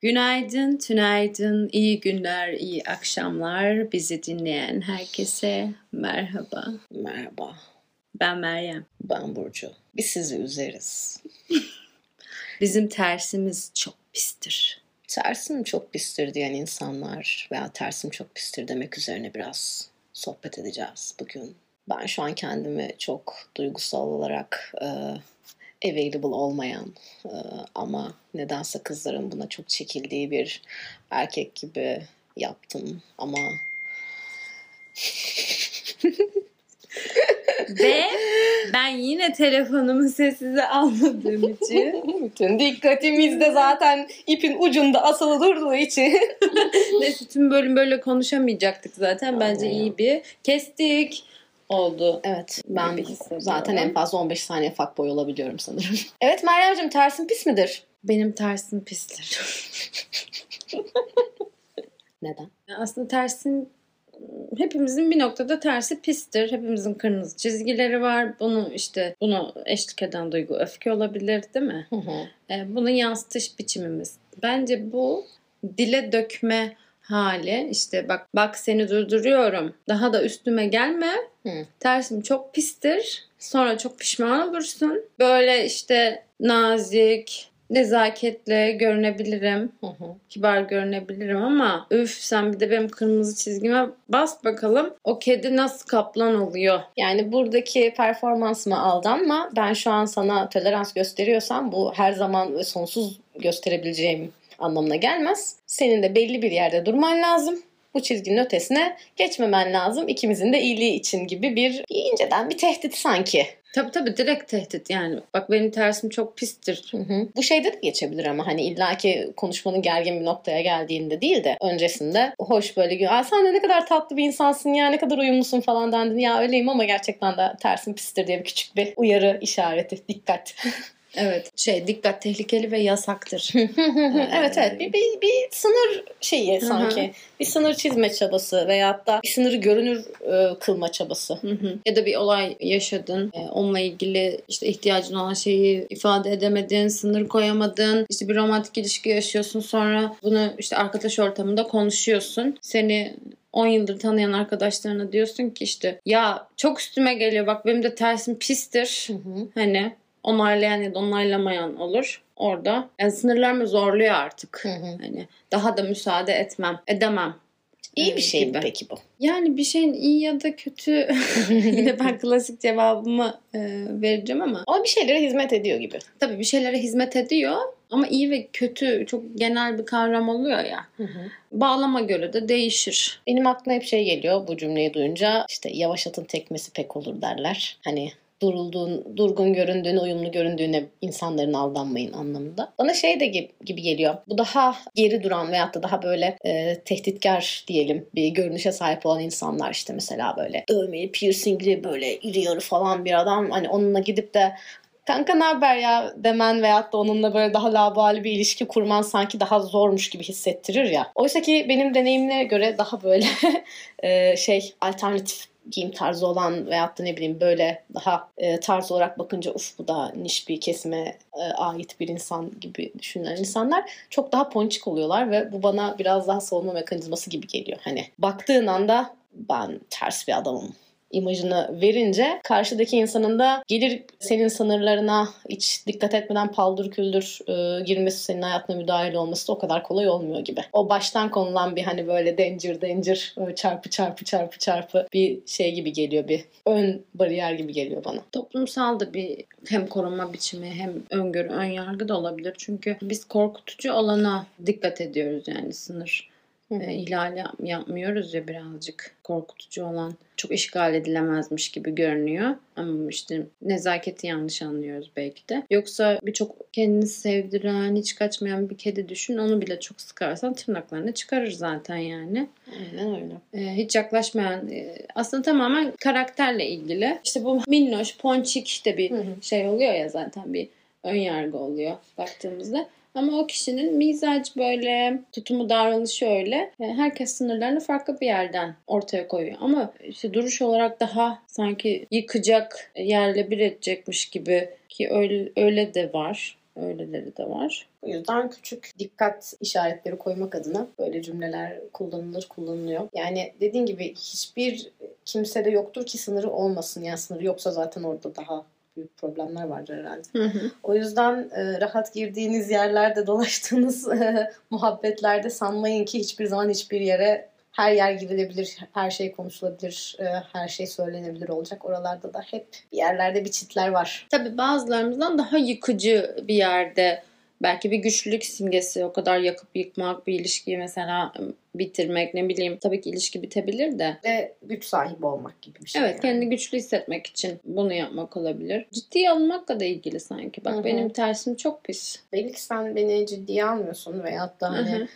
Günaydın, tünaydın, iyi günler, iyi akşamlar. Bizi dinleyen herkese merhaba. Merhaba. Ben Meryem. Ben Burcu. Biz sizi üzeriz. Bizim tersimiz çok pistir. Tersim çok pistir diyen insanlar veya tersim çok pistir demek üzerine biraz sohbet edeceğiz bugün. Ben şu an kendimi çok duygusal olarak available olmayan ama nedense kızların buna çok çekildiği bir erkek gibi yaptım ama Ve ben yine telefonumu sessize almadığım için bütün dikkatimiz de zaten ipin ucunda asılı durduğu için neyse tüm bölüm böyle konuşamayacaktık zaten. Bence iyi bir kestik oldu. Evet, ben zaten en fazla 15 saniye fuckboy olabiliyorum sanırım. Evet Meryem'cim, tersin pis midir? Benim tersim pistir. Neden? Aslında tersin hepimizin bir noktada tersi pistir. Hepimizin kırmızı çizgileri var. Bunu eşlik eden duygu öfke olabilir, değil mi? Hı hı. Bunu yansıtış biçimimiz. Bence bu dile dökme hali. İşte bak seni durduruyorum. Daha da üstüme gelme. Hı. Tersim çok pistir. Sonra çok pişman olursun. Böyle işte nazik, nezaketle görünebilirim. Hı hı. Kibar görünebilirim ama sen bir de benim kırmızı çizgime bas bakalım. O kedi nasıl kaplan oluyor? Yani buradaki performansıma aldanma. Ben şu an sana tolerans gösteriyorsam bu her zaman ve sonsuz gösterebileceğim anlamına gelmez. Senin de belli bir yerde durman lazım. Bu çizginin ötesine geçmemen lazım. İkimizin de iyiliği için gibi bir inceden bir tehdit sanki. Tabii direkt tehdit yani. Bak benim tersim çok pistir. Hı hı. Bu şeyde de geçebilir ama hani illaki konuşmanın gergin bir noktaya geldiğinde değil de öncesinde hoş böyle sen de ne kadar tatlı bir insansın ya, ne kadar uyumlusun falan dendin. Ya öyleyim ama gerçekten de tersim pistir diye bir küçük bir uyarı işareti. Dikkat. Evet. Dikkat tehlikeli ve yasaktır. Evet. Bir sınır şeyi sanki. Bir sınır çizme çabası veyahut da bir sınırı görünür kılma çabası. Ya da bir olay yaşadın. Onunla ilgili işte ihtiyacın olan şeyi ifade edemedin, sınır koyamadın. İşte bir romantik ilişki yaşıyorsun, sonra bunu işte arkadaş ortamında konuşuyorsun. Seni 10 yıldır tanıyan arkadaşlarına diyorsun ki işte ya çok üstüme geliyor, bak benim de tersim pistir. Hani onaylayan ya da onaylamayan olur orada. Yani sınırlarımı zorluyor artık. Hani daha da müsaade edemem. İyi bir şey gibi. mi peki bu? Yani bir şeyin iyi ya da kötü yine ben klasik cevabımı vereceğim ama. Ama bir şeylere hizmet ediyor gibi. Tabii bir şeylere hizmet ediyor ama iyi ve kötü çok genel bir kavram oluyor ya. Bağlama göre de değişir. Benim aklıma hep şey geliyor bu cümleyi duyunca, işte yavaş atın tekmesi pek olur derler. Hani durgun göründüğüne, uyumlu göründüğüne insanların aldanmayın anlamında. Bana şey de gibi geliyor. Bu daha geri duran veyahut da daha böyle tehditkar diyelim bir görünüşe sahip olan insanlar, işte mesela böyle dövmeli, piercingli, böyle iri yarı falan bir adam, hani onunla gidip de kanka ne haber ya demen veyahut da onunla böyle daha laubali bir ilişki kurman sanki daha zormuş gibi hissettirir ya. Oysa ki benim deneyimlere göre daha böyle alternatif giyim tarzı olan veyahut da ne bileyim böyle daha tarz olarak bakınca bu da niş bir kesime ait bir insan gibi düşünen insanlar çok daha ponçik oluyorlar ve bu bana biraz daha savunma mekanizması gibi geliyor. Hani baktığın anda ben ters bir adamım imajını verince karşıdaki insanın da gelir senin sınırlarına hiç dikkat etmeden paldır küldür girmesi, senin hayatına müdahil olması da o kadar kolay olmuyor gibi. O baştan konulan bir hani böyle danger çarpı bir şey gibi geliyor, bir ön bariyer gibi geliyor bana. Toplumsal da bir hem korunma biçimi hem öngörü, ön yargı da olabilir. Çünkü biz korkutucu olana dikkat ediyoruz, yani sınır ihlal yapmıyoruz ya, birazcık korkutucu olan çok işgal edilemezmiş gibi görünüyor. Ama işte nezaketi yanlış anlıyoruz belki de. Yoksa birçok kendini sevdiren, hiç kaçmayan bir kedi düşün. Onu bile çok sıkarsan tırnaklarını çıkarır zaten yani. Aynen öyle. Hiç yaklaşmayan, aslında tamamen karakterle ilgili. İşte bu minnoş, ponçik de bir şey oluyor ya, zaten bir ön yargı oluyor baktığımızda. Ama o kişinin mizacı böyle, tutumu, davranışı öyle. Herkes sınırlarını farklı bir yerden ortaya koyuyor. Ama işte duruş olarak daha sanki yıkacak, yerle bir edecekmiş gibi, ki öyle de var. Öyleleri de var. O yüzden küçük dikkat işaretleri koymak adına böyle cümleler kullanılıyor. Yani dediğin gibi hiçbir kimsede yoktur ki sınırı olmasın. Yani sınırı yoksa zaten orada daha büyük problemler vardır herhalde. Hı hı. O yüzden rahat girdiğiniz yerlerde, dolaştığınız muhabbetlerde sanmayın ki hiçbir zaman hiçbir yere her yer girilebilir, her şey konuşulabilir, her şey söylenebilir olacak. Oralarda da hep bir yerlerde bir çitler var. Tabii bazılarımızdan daha yıkıcı bir yerde belki bir güçlülük simgesi, o kadar yakıp yıkmak, bir ilişkiyi mesela bitirmek, ne bileyim, tabii ki ilişki bitebilir de. Ve güç sahibi olmak gibi bir şey. Evet, yani. kendini güçlü hissetmek için bunu yapmak olabilir. Ciddiye alınmakla da ilgili sanki. Bak Hı hı. benim tersim çok pis. Belli ki sen beni ciddiye almıyorsun veyahut da hani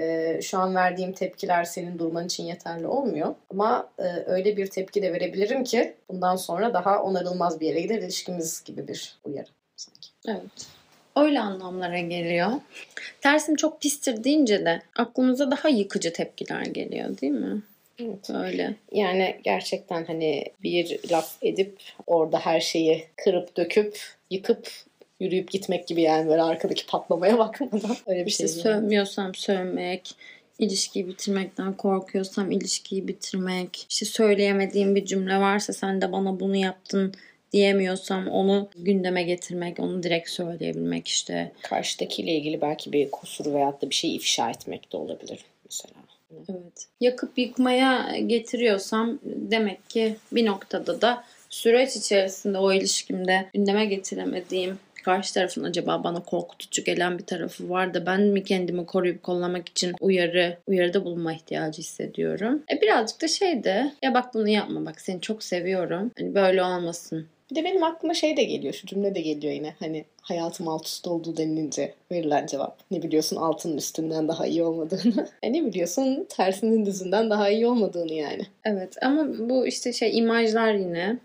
şu an verdiğim tepkiler senin durman için yeterli olmuyor. Ama öyle bir tepki de verebilirim ki bundan sonra daha onarılmaz bir yere gider ilişkimiz gibi bir uyarı sanki. Evet. Öyle anlamlara geliyor. Tersim çok pistir deyince de aklımıza daha yıkıcı tepkiler geliyor değil mi? Evet. Öyle. Yani gerçekten hani bir laf edip orada her şeyi kırıp döküp yıkıp yürüyüp gitmek gibi yani böyle arkadaki patlamaya bakmadan öyle bir İşte şey. sövmüyorsam sövmek, ilişkiyi bitirmekten korkuyorsam ilişkiyi bitirmek, işte söyleyemediğim bir cümle varsa sen de bana bunu yaptın diyemiyorsam onu gündeme getirmek, onu direkt söyleyebilmek işte. Karşıdakiyle ilgili belki bir kusur veyahut da bir şey ifşa etmek de olabilir mesela. Evet. Yakıp yıkmaya getiriyorsam demek ki bir noktada da süreç içerisinde o ilişkimde gündeme getiremediğim, karşı tarafın acaba bana korkutucu gelen bir tarafı var da ben mi kendimi koruyup kollamak için uyarıda bulunma ihtiyacı hissediyorum. Birazcık da ya bak bunu yapma, bak seni çok seviyorum. Hani böyle olmasın. Bir de benim aklıma şey de geliyor, şu cümle de geliyor yine. Hani hayatım alt üst olduğu denilince verilen cevap. Ne biliyorsun altının üstünden daha iyi olmadığını. Ne biliyorsun tersinin düzünden daha iyi olmadığını yani. Evet ama bu işte imajlar yine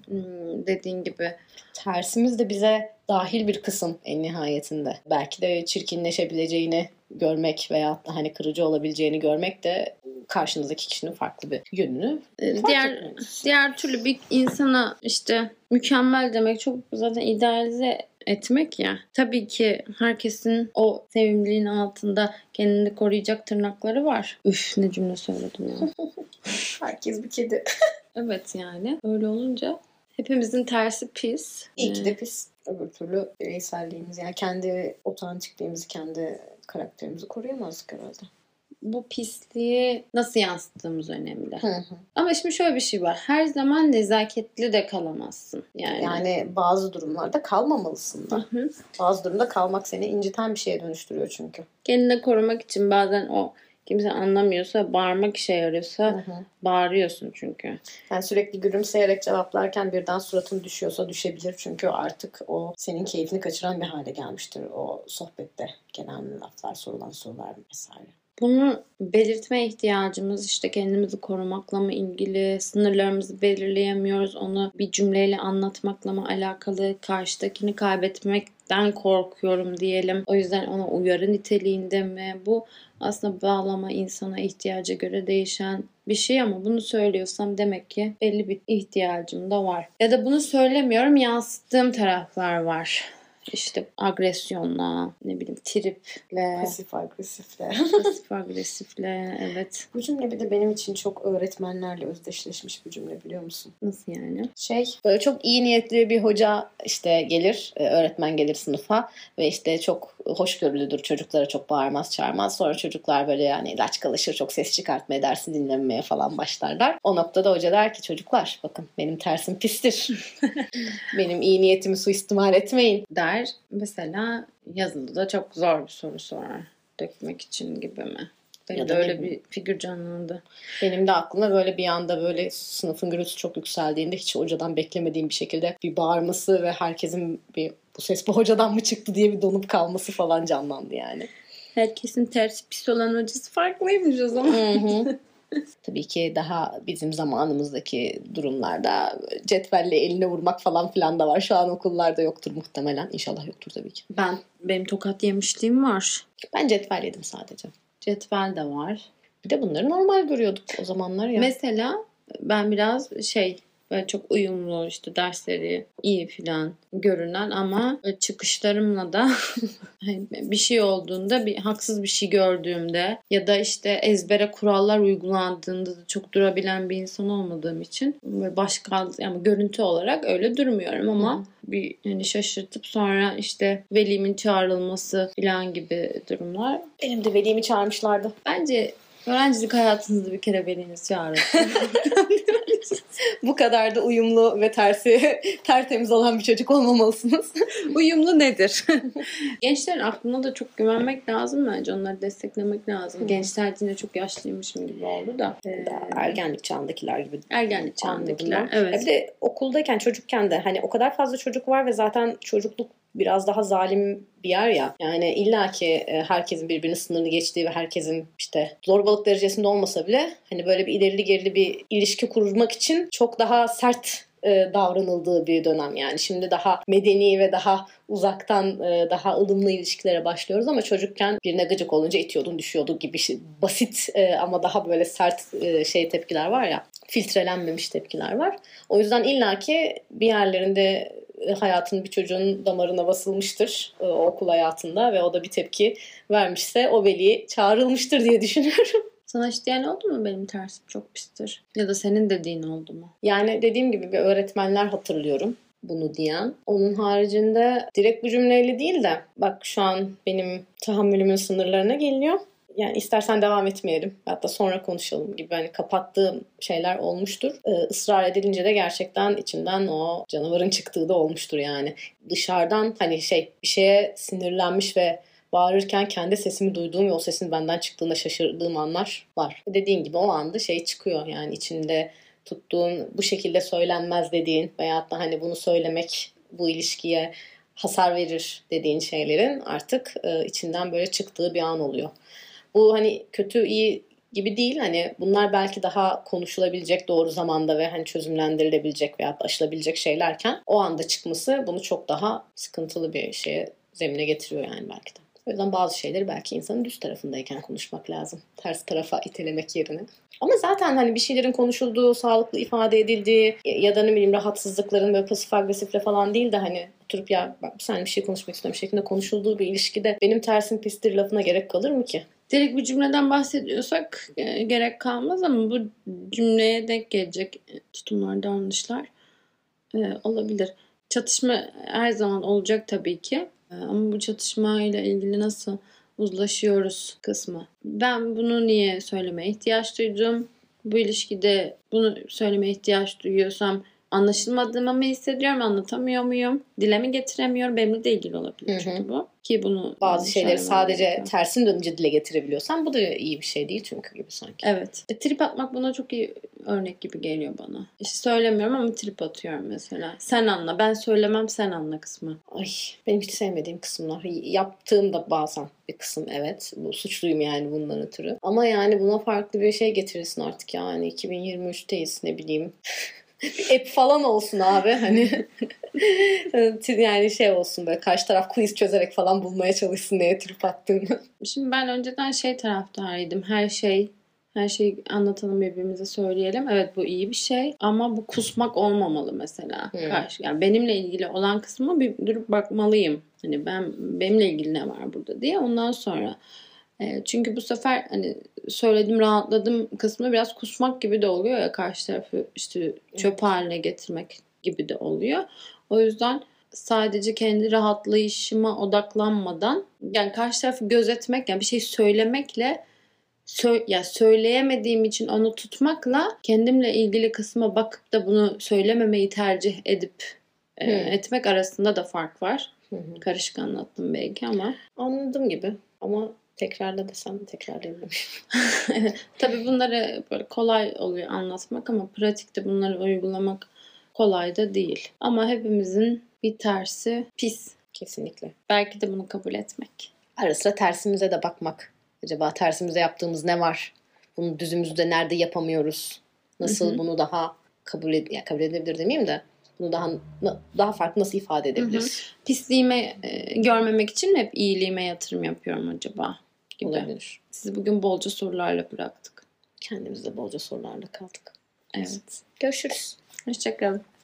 dediğin gibi. Tersimiz de bize dahil bir kısım en nihayetinde. Belki de çirkinleşebileceğini görmek veya da hani kırıcı olabileceğini görmek de karşınızdaki kişinin farklı bir yönünü diğer türlü bir insana işte mükemmel demek çok zaten idealize etmek ya. Tabii ki herkesin o sevimliliğin altında kendini koruyacak tırnakları var. Üf ne cümle söyledim ya. Herkes bir kedi. Evet yani öyle olunca hepimizin tersi pis. İyi ki de pis. Öbür türlü bireyselliğimizi yani kendi otantikliğimizi, kendi karakterimizi koruyamazdık herhalde. Bu pisliği nasıl yansıttığımız önemli. Ama şimdi şöyle bir şey var. Her zaman nezaketli de kalamazsın. Yani bazı durumlarda kalmamalısın da. Bazı durumda kalmak seni inciten bir şeye dönüştürüyor çünkü. Kendini korumak için bazen o kimse anlamıyorsa, bağırmak işe yarıyorsa bağırıyorsun çünkü. Yani sürekli gülümseyerek cevaplarken birden suratın düşüyorsa düşebilir. Çünkü artık o senin keyfini kaçıran bir hale gelmiştir. O sohbette gelen laflar, sorulan sorular vesaire. Bunu belirtme ihtiyacımız işte kendimizi korumakla mı ilgili, sınırlarımızı belirleyemiyoruz, onu bir cümleyle anlatmakla mı alakalı, karşıdakini kaybetmekten korkuyorum diyelim. O yüzden ona uyarı niteliğinde mi? Bu aslında bağlama insana ihtiyaca göre değişen bir şey ama bunu söylüyorsam demek ki belli bir ihtiyacım da var. Ya da bunu söylemiyorum, yansıttığım taraflar var. İşte agresyonla, ne bileyim triple, pasif agresifle, evet. Bu cümle bir de benim için çok öğretmenlerle özdeşleşmiş bir cümle biliyor musun? Nasıl yani? Böyle çok iyi niyetli bir hoca işte gelir, öğretmen gelir sınıfa ve işte çok hoşgörülüdür, çocuklara çok bağırmaz, çağırmaz. Sonra çocuklar böyle yani ilaç kalışır, çok ses çıkartmaya, dersi dinlemeye falan başlarlar. O noktada hoca der ki çocuklar bakın benim tersim pistir. Benim iyi niyetimi suistimal etmeyin der. Mesela yazılı da çok zor bir soru sorar. Dökmek için gibi mi? Benim de öyle bir figür canlandı. Benim de aklıma böyle bir anda böyle sınıfın gürültüsü çok yükseldiğinde hiç hocadan beklemediğim bir şekilde bir bağırması ve herkesin bu ses bu hocadan mı çıktı diye bir donup kalması falan canlandı yani. Herkesin tersi pis olan hocası farklıymış o zaman. Tabii ki daha bizim zamanımızdaki durumlarda cetvelle eline vurmak falan filan da var. Şu an okullarda yoktur muhtemelen. İnşallah yoktur tabii ki. Benim tokat yemişliğim var. Ben cetvel yedim sadece. Cetvel de var. Bir de bunları normal görüyorduk o zamanlar ya. Mesela ben biraz böyle çok uyumlu, işte dersleri iyi falan görünen ama çıkışlarımla da bir şey olduğunda, bir haksız bir şey gördüğümde ya da işte ezbere kurallar uygulandığında da çok durabilen bir insan olmadığım için böyle başka, yani görüntü olarak öyle durmuyorum ama bir hani şaşırtıp sonra işte velimin çağrılması falan gibi durumlar. Benim de velimi çağırmışlardı. Bence öğrencilik hayatınızda bir kere veliniz çağırın. Bu kadar da uyumlu ve tertemiz olan bir çocuk olmamalısınız. Uyumlu nedir? Gençlerin aklına da çok güvenmek lazım bence. Onları desteklemek lazım. Gençler yine çok yaşlıymışım gibi oldu da. Ergenlik çağındakiler gibi. Ergenlik çağındakiler. Evet. Bir de okuldayken, çocukken de hani o kadar fazla çocuk var ve zaten çocukluk biraz daha zalim bir yer ya. Yani illaki herkesin birbirinin sınırını geçtiği ve herkesin işte zorbalık derecesinde olmasa bile hani böyle bir ilerili gerili bir ilişki kurmak için çok daha sert davranıldığı bir dönem yani. Şimdi daha medeni ve daha uzaktan daha ılımlı ilişkilere başlıyoruz ama çocukken birine gıcık olunca itiyordun, düşüyordun gibi basit ama daha böyle sert tepkiler var ya. Filtrelenmemiş tepkiler var. O yüzden illaki bir yerlerinde hayatın bir çocuğun damarına basılmıştır o okul hayatında ve o da bir tepki vermişse o veli çağrılmıştır diye düşünüyorum. Sana hiç diyen oldu mu benim tersim çok pistir? Ya da senin dediğin oldu mu? Yani dediğim gibi bir öğretmenler hatırlıyorum bunu diyen. Onun haricinde direkt bu cümleyle değil de bak şu an benim tahammülümün sınırlarına geliyor. Yani istersen devam etmeyelim. Hatta sonra konuşalım gibi hani kapattığım şeyler olmuştur. Israr edilince de gerçekten içimden o canavarın çıktığı da olmuştur yani. Dışarıdan hani bir şeye sinirlenmiş ve bağırırken kendi sesimi duyduğum ve o sesin benden çıktığında şaşırdığım anlar var. Dediğin gibi o anda çıkıyor yani içinde tuttuğun, bu şekilde söylenmez dediğin veyahut da hani bunu söylemek bu ilişkiye hasar verir dediğin şeylerin artık içinden böyle çıktığı bir an oluyor. Bu hani kötü iyi gibi değil, hani bunlar belki daha konuşulabilecek doğru zamanda ve hani çözümlendirilebilecek veya aşılabilecek şeylerken o anda çıkması bunu çok daha sıkıntılı bir zemine getiriyor yani belki de. O yüzden bazı şeyleri belki insanın düz tarafındayken konuşmak lazım. Ters tarafa itelemek yerine. Ama zaten hani bir şeylerin konuşulduğu, sağlıklı ifade edildiği ya da ne bileyim rahatsızlıkların böyle pasif agresifle falan değil de hani oturup ya bak sen bir şey konuşmak istiyorum şeklinde konuşulduğu bir ilişkide benim tersim pistir lafına gerek kalır mı ki? Direkt bir cümleden bahsediyorsak gerek kalmaz ama bu cümleye denk gelecek tutumlar, davranışlar olabilir. Çatışma her zaman olacak tabii ki. Ama bu çatışmayla ilgili nasıl uzlaşıyoruz kısmı. Ben bunu niye söylemeye ihtiyaç duydum? Bu ilişkide bunu söylemeye ihtiyaç duyuyorsam anlaşılmadığımı mı hissediyorum? Anlatamıyor muyum? Dile mi getiremiyorum? Benimle de ilgili olabilir çünkü bu. Ki bunu bazı şeyleri sadece tersine dönünce dile getirebiliyorsan bu da iyi bir şey değil çünkü gibi sanki. Evet. Trip atmak buna çok iyi örnek gibi geliyor bana. İşte söylemiyorum ama trip atıyorum mesela. Sen anla. Ben söylemem sen anla kısmı. Ay benim hiç sevmediğim kısımlar. Yaptığım da bazen bir kısım evet. Bu suçluyum yani bundan ötürü. Ama yani buna farklı bir şey getirirsin artık yani 2023'teyiz ne bileyim. Bir app falan olsun abi hani yani olsun böyle karşı taraf quiz çözerek falan bulmaya çalışsın neye trip attığını. Şimdi ben önceden taraftarıydım. Her şeyi anlatalım birbirimize söyleyelim. Evet bu iyi bir şey ama bu kusmak olmamalı mesela. Yani benimle ilgili olan kısmı bir durup bakmalıyım. Hani benimle ilgili ne var burada diye. Ondan sonra çünkü bu sefer hani söyledim rahatladım kısmı biraz kusmak gibi de oluyor ya, karşı tarafı işte çöp haline getirmek gibi de oluyor. O yüzden sadece kendi rahatlayışıma odaklanmadan yani karşı tarafı gözetmek yani bir şey söylemekle söyleyemediğim için onu tutmakla kendimle ilgili kısma bakıp da bunu söylememeyi tercih etmek arasında da fark var. Karışık anlattım belki ama. Anladığım gibi ama tekrarla desem tekrarlayayım. Tabii bunları böyle kolay oluyor anlatmak ama pratikte bunları uygulamak kolay da değil. Ama hepimizin bir tersi pis. Kesinlikle. Belki de bunu kabul etmek. Ara sıra tersimize de bakmak. Acaba tersimize yaptığımız ne var? Bunu düzümüzde nerede yapamıyoruz? Nasıl bunu daha kabul edebilir demeyeyim de bunu daha farklı nasıl ifade edebiliriz? Pisliğimi görmemek için mi hep iyiliğime yatırım yapıyorum acaba? Gibi. Olabilir. Sizi bugün bolca sorularla bıraktık. Kendimiz de bolca sorularla kaldık. Evet. Görüşürüz. Hoşçakalın.